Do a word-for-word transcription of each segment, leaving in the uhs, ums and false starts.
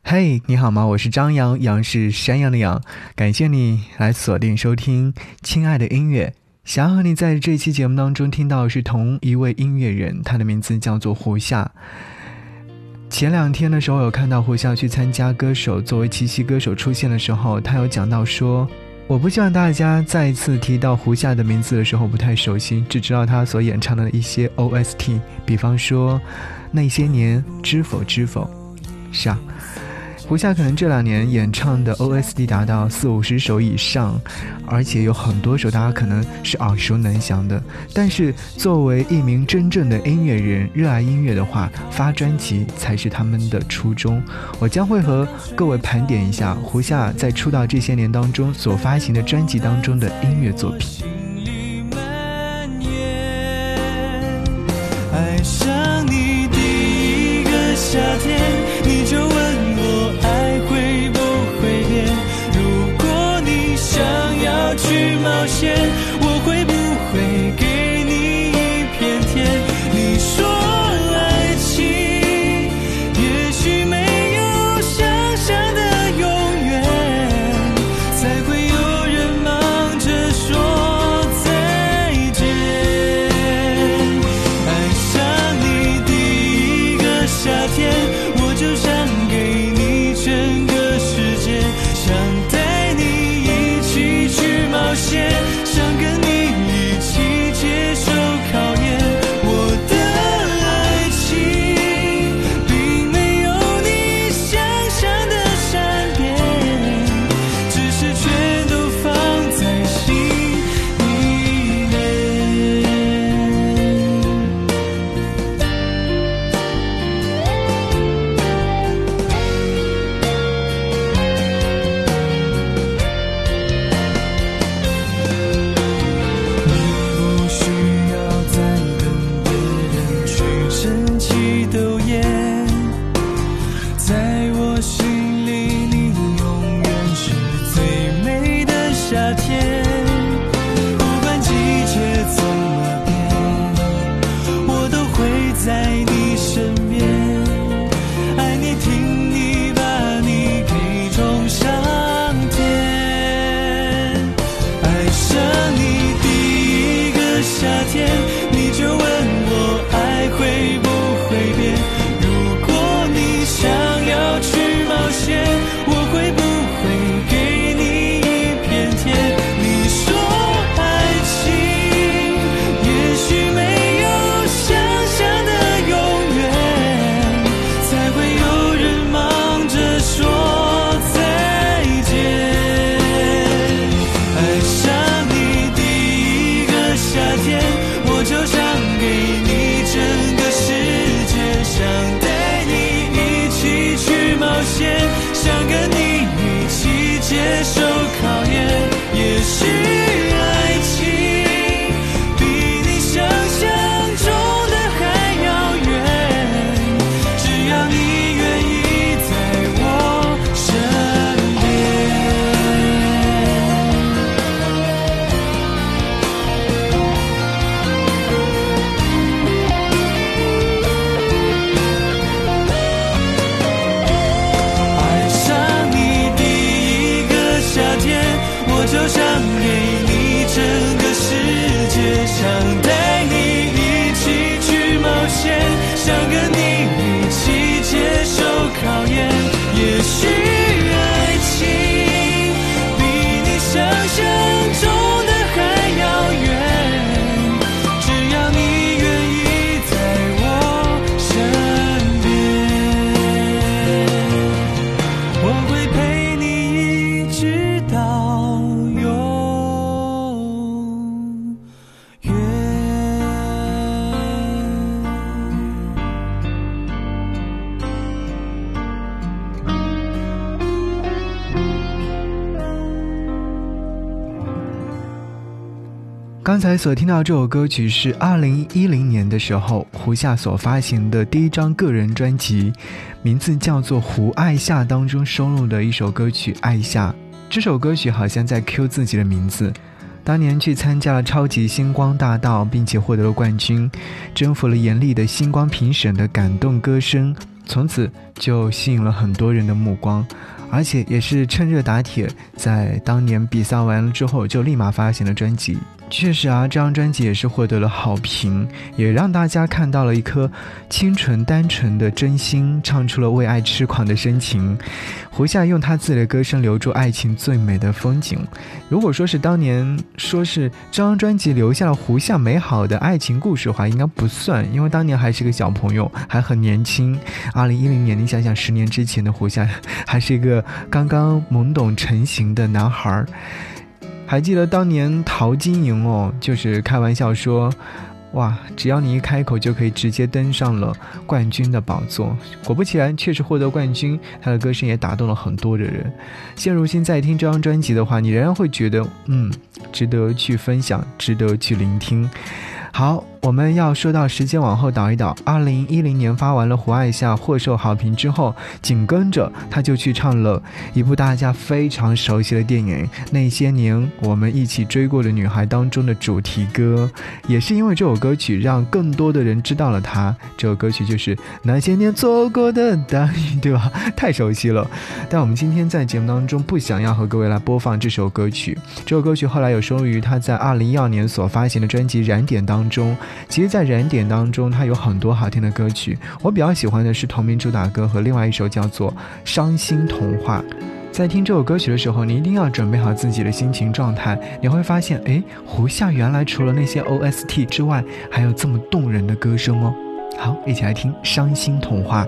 嘿、hey, 你好吗？我是张扬，杨是山羊的羊，感谢你来锁定收听亲爱的音乐。想要和你在这期节目当中听到的是同一位音乐人，他的名字叫做胡夏。前两天的时候有看到胡夏去参加歌手作为奇袭歌手出现的时候，他有讲到说，我不希望大家再一次提到胡夏的名字的时候不太熟悉，只知道他所演唱的一些 O S T， 比方说那些年，知否知否。是啊，胡夏可能这两年演唱的 O S T 达到四五十首以上，而且有很多首大家可能是耳熟能详的。但是作为一名真正的音乐人，热爱音乐的话，发专辑才是他们的初衷。我将会和各位盘点一下胡夏在出道这些年当中所发行的专辑当中的音乐作品。 爱上你第一个夏天，你就问我爱会不会变，如果你想要去冒险，我会不会给你一片天。你说爱情也许没有想象的永远，才会有人忙着说再见。爱上你第一个夏天，我就想给你整个世界，想带你一起去冒险，想跟你一起接受考验。我的爱情并没有你想象的善变，只是全都放在心里面。不需要再跟别人去争奇斗艳，在我心里你永远是最美的夏天。不管季节怎么变，我都会在你身边，爱你听你把你给种上天。爱上你第一个夏天，你就问我爱会不会变，如果你想要去冒险，我会不会给你一片天。你说爱情也许没有想象的永远，才会有人忙着说再见。爱上你第一个夏天，我就想给你整个世界，想带你一起去冒险，想跟你一起接受考验。也许爱情比你想象中的还遥远，只要你愿意在我身边。爱上你第一个夏天，我就想给你整个世界，想带你一起去冒险，想跟你一起接受考验。也许爱情比你想象中的还遥远，只要你愿意在我身边，我会陪你一直到永远。 刚才所听到这首歌曲是二零一零年的时候胡夏所发行的第一张个人专辑，名字叫做《胡爱夏》当中收录的一首歌曲《爱夏》。这首歌曲好像在 Q 自己的名字。当年去参加了超级星光大道，并且获得了冠军，征服了严厉的星光评审的感动歌声， 从此就吸引了很多人的目光，而且也是趁热打铁，在当年比赛完了之后就立马发行了专辑。确实啊，这张专辑也是获得了好评，也让大家看到了一颗清纯单纯的真心，唱出了为爱痴狂的深情。胡夏用他自己的歌声留住爱情最美的风景。如果说是当年说是这张专辑留下了胡夏美好的爱情故事的话，应该不算，因为当年还是个小朋友，还很年轻。二零一零年，你想想十年之前的胡夏还是一个刚刚懵懂成型的男孩。还记得当年陶晶莹哦，就是开玩笑说，哇，只要你一开口就可以直接登上了冠军的宝座。果不其然，确实获得冠军，他的歌声也打动了很多的人。现如今再听这张专辑的话，你仍然会觉得嗯，值得去分享，值得去聆听。好，我们要说到时间往后倒一倒，二零一零年发完了《胡爱夏》获受好评之后，紧跟着他就去唱了一部大家非常熟悉的电影《那些年我们一起追过的女孩》当中的主题歌。也是因为这首歌曲让更多的人知道了他，这首歌曲就是那些年错过的答应，对吧？太熟悉了。但我们今天在节目当中不想要和各位来播放这首歌曲，这首歌曲后来有收录于他在二零一二年所发行的专辑《燃点》当中。其实在燃点当中它有很多好听的歌曲，我比较喜欢的是同名主打歌和另外一首叫做《伤心童话》。在听这首歌曲的时候，你一定要准备好自己的心情状态，你会发现诶，胡夏原来除了那些 O S T 之外还有这么动人的歌声哦。好，一起来听《伤心童话》。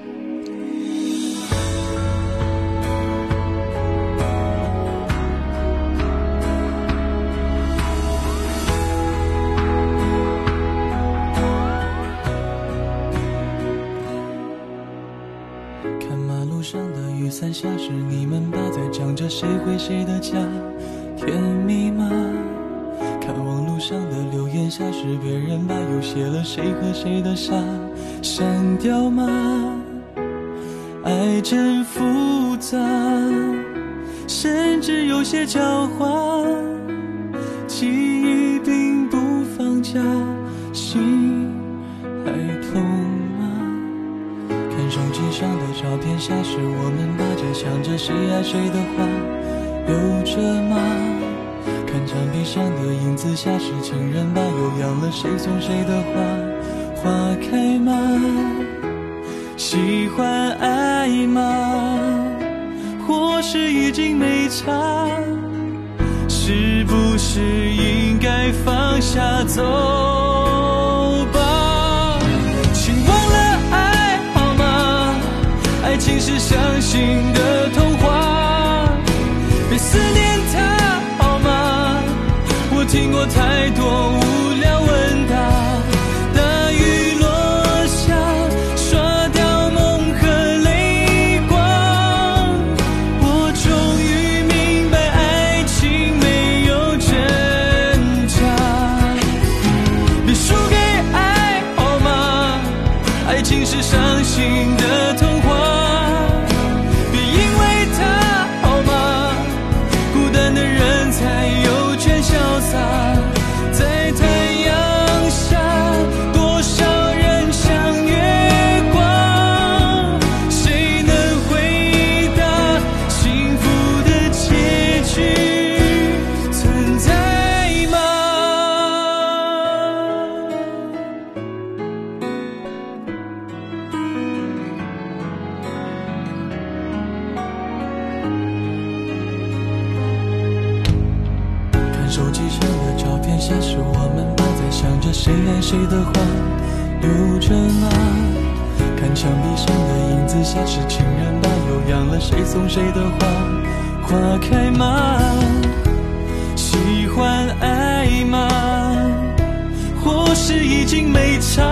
伞下时你们爸在讲着谁回谁的家甜蜜吗？看网路上的留言下时别人把又写了谁和谁的傻删掉吗？爱真复杂，甚至有些狡猾，记忆并不放假，心还痛吗？看手机上的照片下时我们把着想着谁爱谁的话留着吗？看墙壁上的影子下时情人把又凉了谁送谁的花花开吗？喜欢爱吗？或是已经没差，是不是应该放下走吧？请忘了爱好吗？爱情是伤心的童话，别思念它好吗？我听过太多无聊问答，大雨落下刷掉梦和泪光，我终于明白爱情没有挣扎，别输给爱好吗？爱情是伤心的童话，别因为它好吗？孤单的人才有权潇洒，在太阳下多少人像月光，谁能回答幸福的结局存在吗？看手机上的照片下时我们把在想着谁爱谁的话留着吗？看墙壁上的影子下时情人把又凉了谁送谁的花花开吗？喜欢爱吗？或是已经没差，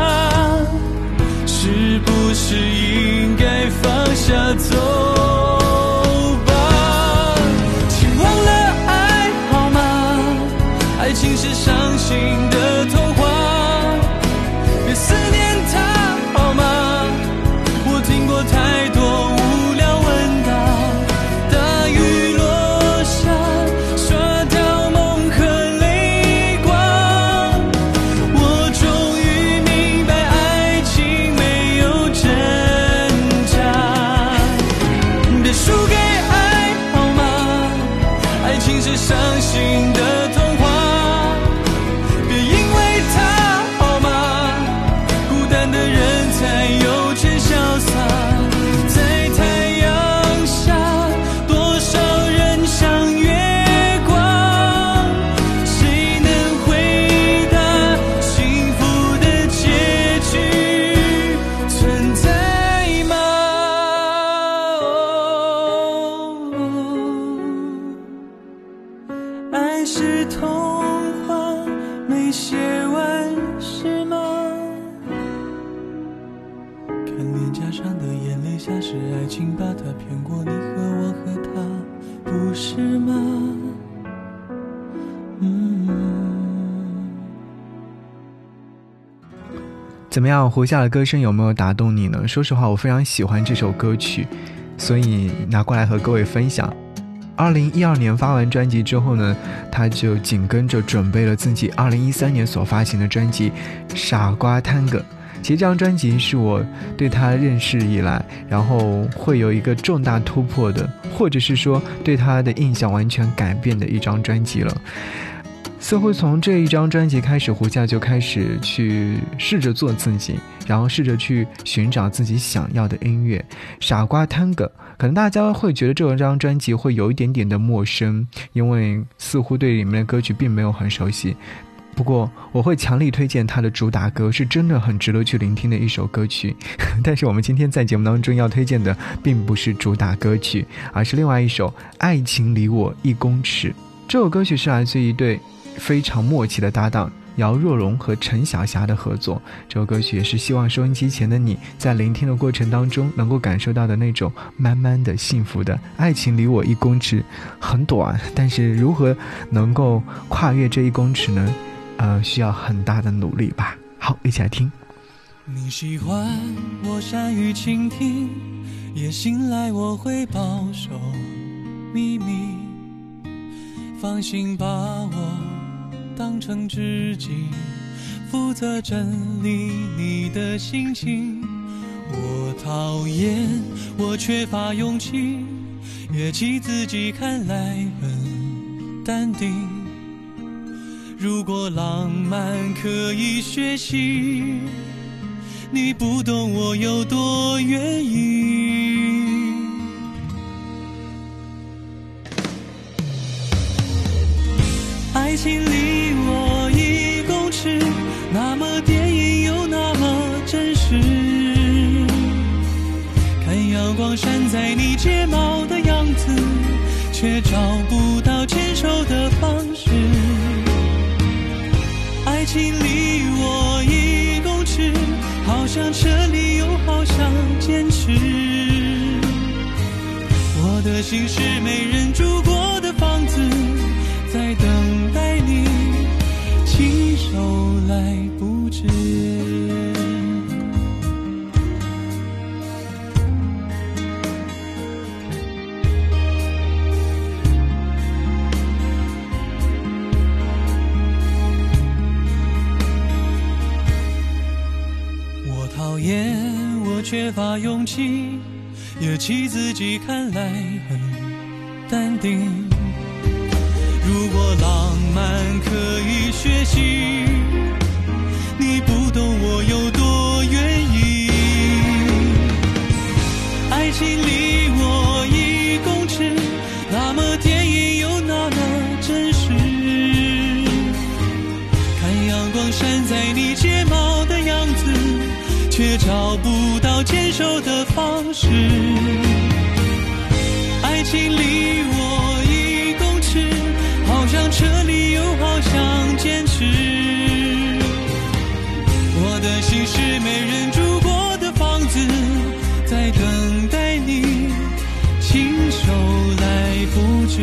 是不是应该放下走吧？请忘了爱好吗？爱情是伤心的童话，别思念它好吗？我听过太多无聊问答，大雨落下刷掉梦和泪光，我终于明白爱情没有挣是伤心的童话。别因为他好吗，孤单的人才有权潇洒。在太阳下，多少人赏月光，谁能回答幸福的结局存在吗？爱是童话没写完是吗？看脸颊上的眼泪像是爱情把它骗过，你和我和他不是吗？嗯， 怎么样，胡夏的歌声有没有打动你呢？说实话，我非常喜欢这首歌曲，所以拿过来和各位分享。二零一二年发完专辑之后呢，他就紧跟着准备了自己二零一三年所发行的专辑《傻瓜探戈》。其实这张专辑是我对他认识以来，然后会有一个重大突破的，或者是说对他的印象完全改变的一张专辑了。似乎从这一张专辑开始，胡夏就开始去试着做自己，然后试着去寻找自己想要的音乐。傻瓜探戈可能大家会觉得这张专辑会有一点点的陌生，因为似乎对里面的歌曲并没有很熟悉。不过我会强力推荐他的主打歌，是真的很值得去聆听的一首歌曲。但是我们今天在节目当中要推荐的并不是主打歌曲，而是另外一首《爱情离我一公尺》。这首歌曲是来自于一对非常默契的搭档姚若龙和陈小霞的合作。这首歌曲也是希望收音机前的你在聆听的过程当中能够感受到的那种慢慢的幸福的。爱情离我一公尺很短，但是如何能够跨越这一公尺呢？呃，需要很大的努力吧。好，一起来听。 你喜欢我善于倾听，也信赖我会保守秘密，放心把我当成知己，负责整理你的心情。我讨厌我缺乏勇气，也气自己看来很淡定。如果浪漫可以学习，你不懂我有多愿意。爱情离我一公尺，那么电影又那么真实。看阳光闪在你睫毛的样子，却找不到牵手的方式。爱情离我一公尺，好想撤离又好想坚持。我的心是没人住过的房子，在等待你亲手来布置。我讨厌我缺乏勇气，也气自己看来很淡定。如果浪漫可以学习，你不懂我有多愿意。爱情离我一公尺，那么电影又那么真实。看阳光闪在你睫毛的样子，却找不到牵手的方式。爱情离我一公尺，好想撤离又好想坚持。我的心是没人住过的房子，在等待你亲手来布置。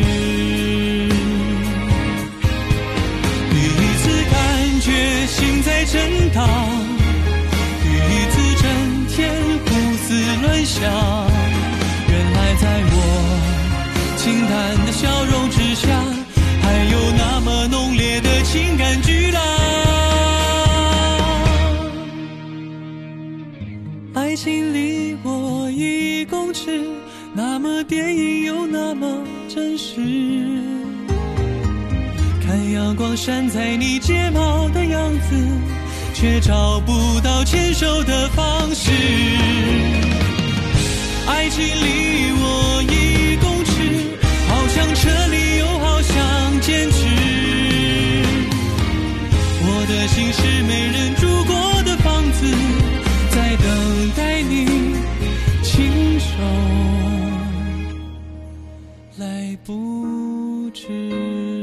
第一次感觉心在震荡，第一次整天胡思乱想，原来在我清淡的笑容之下，还有那么浓烈的情感巨浪。爱情离我一公尺，那么电影又那么真实。 看阳光闪在你睫毛的样子，却找不到牵手的方式。爱情离我一公尺，好想撤离又好想坚持。我的心是没人住过的房子，在等待你亲手来布置。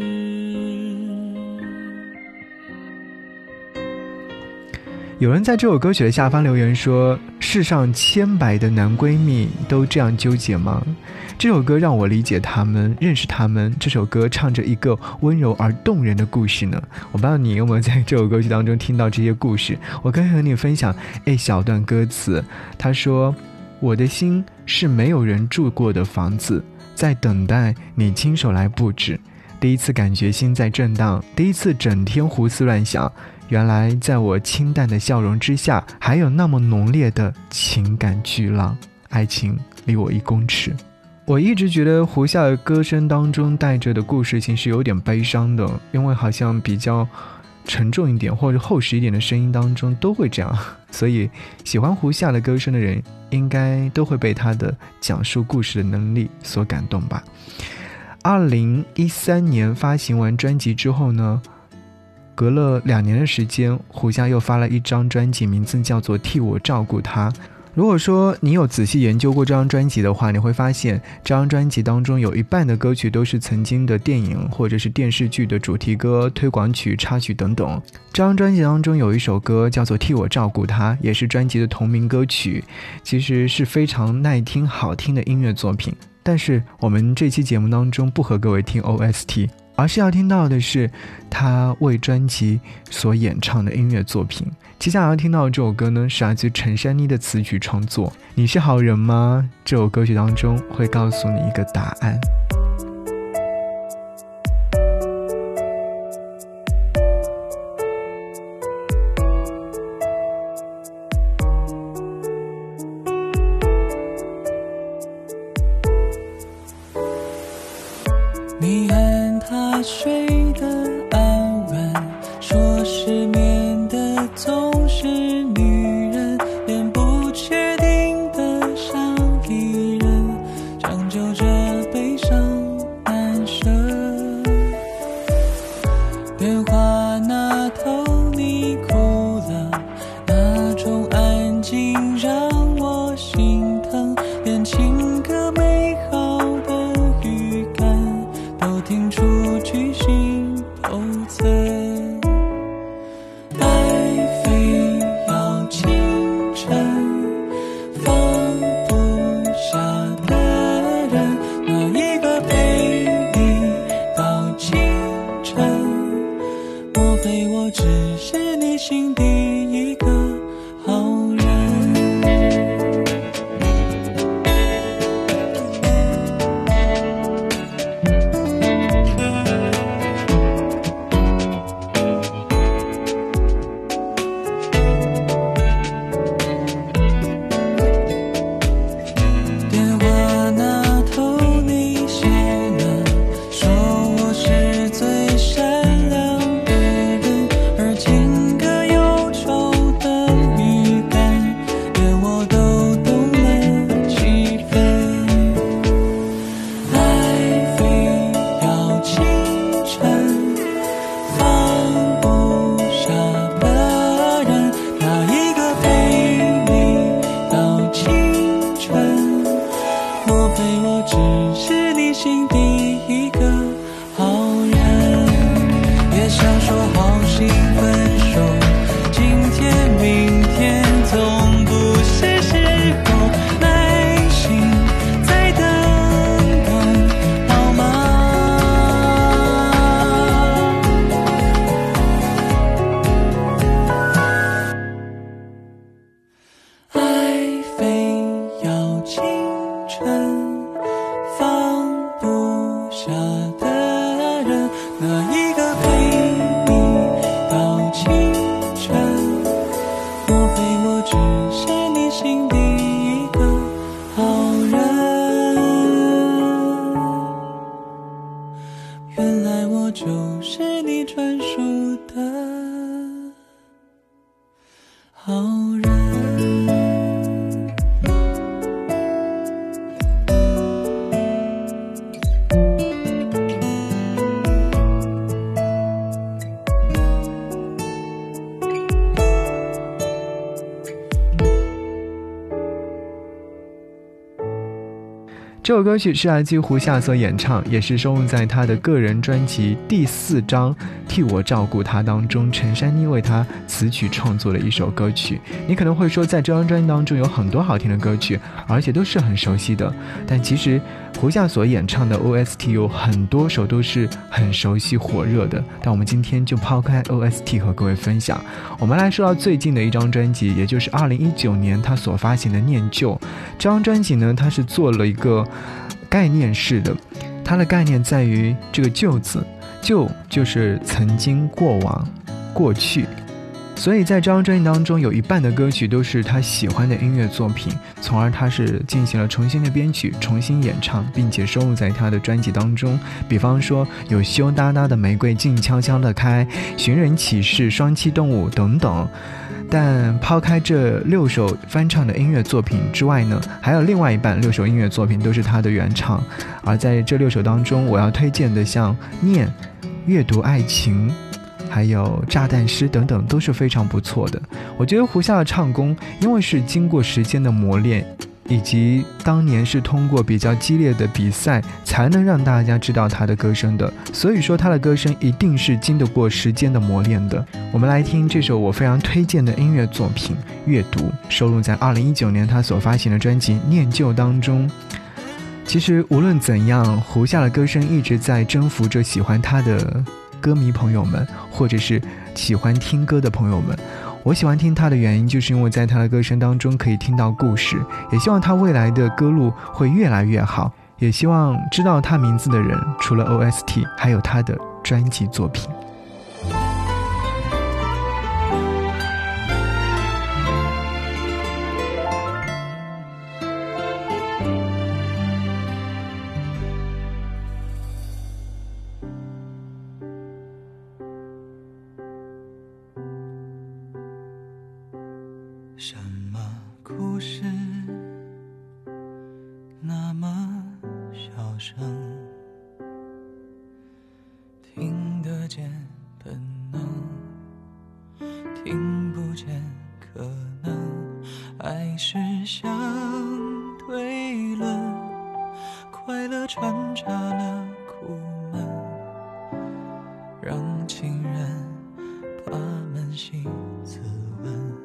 有人在这首歌曲的下方留言说，世上千百的男闺蜜都这样纠结吗？这首歌让我理解他们，认识他们。这首歌唱着一个温柔而动人的故事呢。我不知道你有没有在这首歌曲当中听到这些故事，我可以和你分享一小段歌词。他说，我的心是没有人住过的房子，在等待你亲手来布置。第一次感觉心在震荡，第一次整天胡思乱想，原来在我清淡的笑容之下，还有那么浓烈的情感巨浪。爱情离我一公尺。我一直觉得胡夏的歌声当中带着的故事性是有点悲伤的，因为好像比较沉重一点或者厚实一点的声音当中都会这样，所以喜欢胡夏的歌声的人应该都会被他的讲述故事的能力所感动吧。二零一三年发行完专辑之后呢，隔了两年的时间，胡夏又发了一张专辑，名字叫做《替我照顾他》。如果说你有仔细研究过这张专辑的话，你会发现这张专辑当中有一半的歌曲都是曾经的电影或者是电视剧的主题歌、推广曲、插曲等等。这张专辑当中有一首歌叫做《替我照顾他》，也是专辑的同名歌曲，其实是非常耐听好听的音乐作品。但是我们这期节目当中不和各位听 O S T， 而是要听到的是他为专辑所演唱的音乐作品。接下来要听到的这首歌呢，是来自陈珊妮的词曲创作。你是好人吗？这首歌曲当中会告诉你一个答案。 你和他睡得安稳，说失眠的总是女人，连不确定的像一人，将就着悲伤难舍。电话那头你哭了，那种安静让我心疼，连情歌美好的预感都听出居心叵测。爱非要清晨，放不下的人，哪一个陪你到清晨？莫非我只是你心底一个好人？哪一个陪你到清这首歌曲是来自于胡夏所演唱，也是收录在他的个人专辑第四张《替我照顾他》当中，陈珊妮为他词曲创作的一首歌曲。你可能会说，在这张专辑当中有很多好听的歌曲，而且都是很熟悉的，但其实胡夏所演唱的 O S T 有很多首都是很熟悉火热的，但我们今天就抛开 O S T 和各位分享，我们来说到最近的一张专辑，也就是二零一九年他所发行的《念旧》。这张专辑呢，它是做了一个概念式的，它的概念在于这个旧字，旧就是曾经、过往、过去，所以在这张专辑当中有一半的歌曲都是他喜欢的音乐作品，从而他是进行了重新的编曲、重新演唱，并且收录在他的专辑当中。比方说有羞答答的玫瑰静悄悄地开、寻人启事、双栖动物等等。但抛开这六首翻唱的音乐作品之外呢，还有另外一半六首音乐作品都是他的原唱。而在这六首当中，我要推荐的像念、阅读爱情还有炸弹诗等等都是非常不错的。我觉得胡夏的唱功因为是经过时间的磨练，以及当年是通过比较激烈的比赛才能让大家知道他的歌声的，所以说他的歌声一定是经得过时间的磨练的。我们来听这首我非常推荐的音乐作品《阅读》，收录在二零一九年他所发行的专辑《念旧》当中。其实无论怎样，胡夏的歌声一直在征服着喜欢他的歌迷朋友们，或者是喜欢听歌的朋友们。我喜欢听他的原因，就是因为在他的歌声当中可以听到故事，也希望他未来的歌路会越来越好，也希望知道他名字的人除了 O S T 还有他的专辑作品。 什么故事那么小声，听得见本能，听不见可能，爱是相对论，快乐穿插了苦闷，让情人把扪心自问。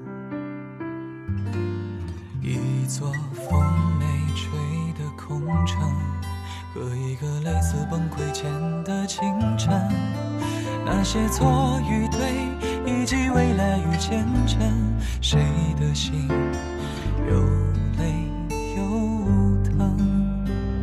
一座风没吹的空城，和一个类似崩溃前的清晨，那些错与对以及未来与前程，谁的心有泪有疼。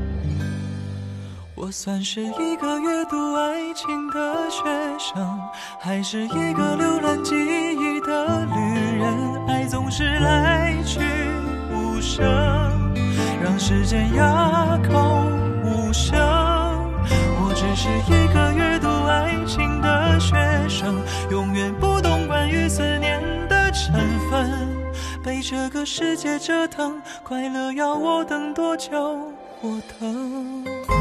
我算是一个阅读爱情的学生，还是一个浏览记忆的旅人？爱总是来去无声，让时间哑口无声。我只是一个阅读爱情的学生，永远不懂关于思念的成分，被这个世界折腾，快乐要我等多久我等。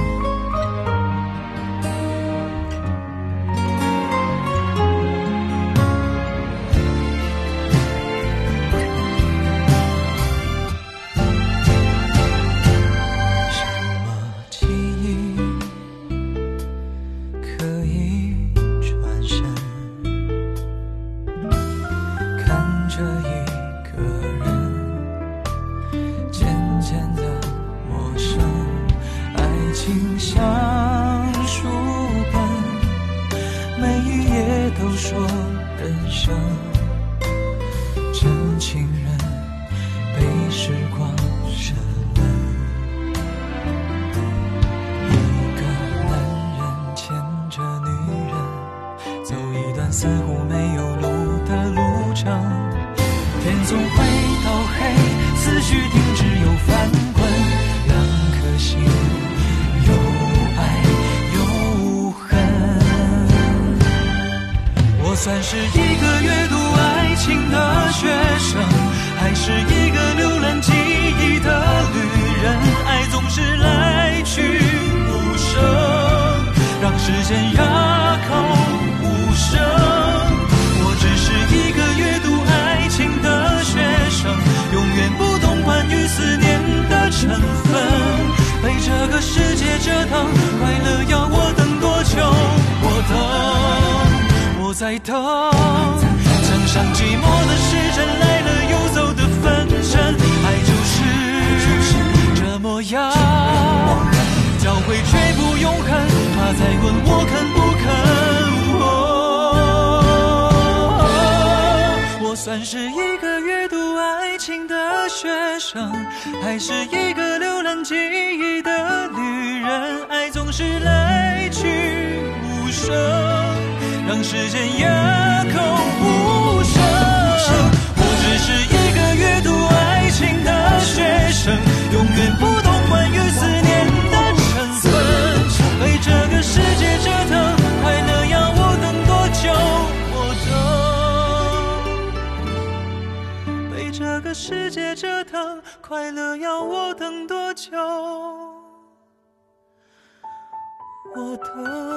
都说人生真情人被时光深温，一个男人牵着女人，走一段似乎没有路的路程，天总会到黑，思绪停止又翻滚，两颗心有爱有恨。我算是一个阅读爱情的学生，还是一个浏览记忆的旅人？爱总是来去无声，让时间哑口无声。我只是一个阅读爱情的学生，永远不懂关于思念的成分，被这折腾，快乐要我等多久？我等，我在等，墙上寂寞的时针来了又走的分针，爱就是这模样，教会却不永恒，他在问我肯不肯、哦、我算是一个阅读爱情的学生，还是一个浏览记忆的旅人？爱总是来去无声，让时间哑口无声。我只是一个阅读爱情的学生，永远不懂关于思念的成分，被这个世界折腾，快乐要我等多久？我等，被这个世界折腾，快乐要我等多久？我等。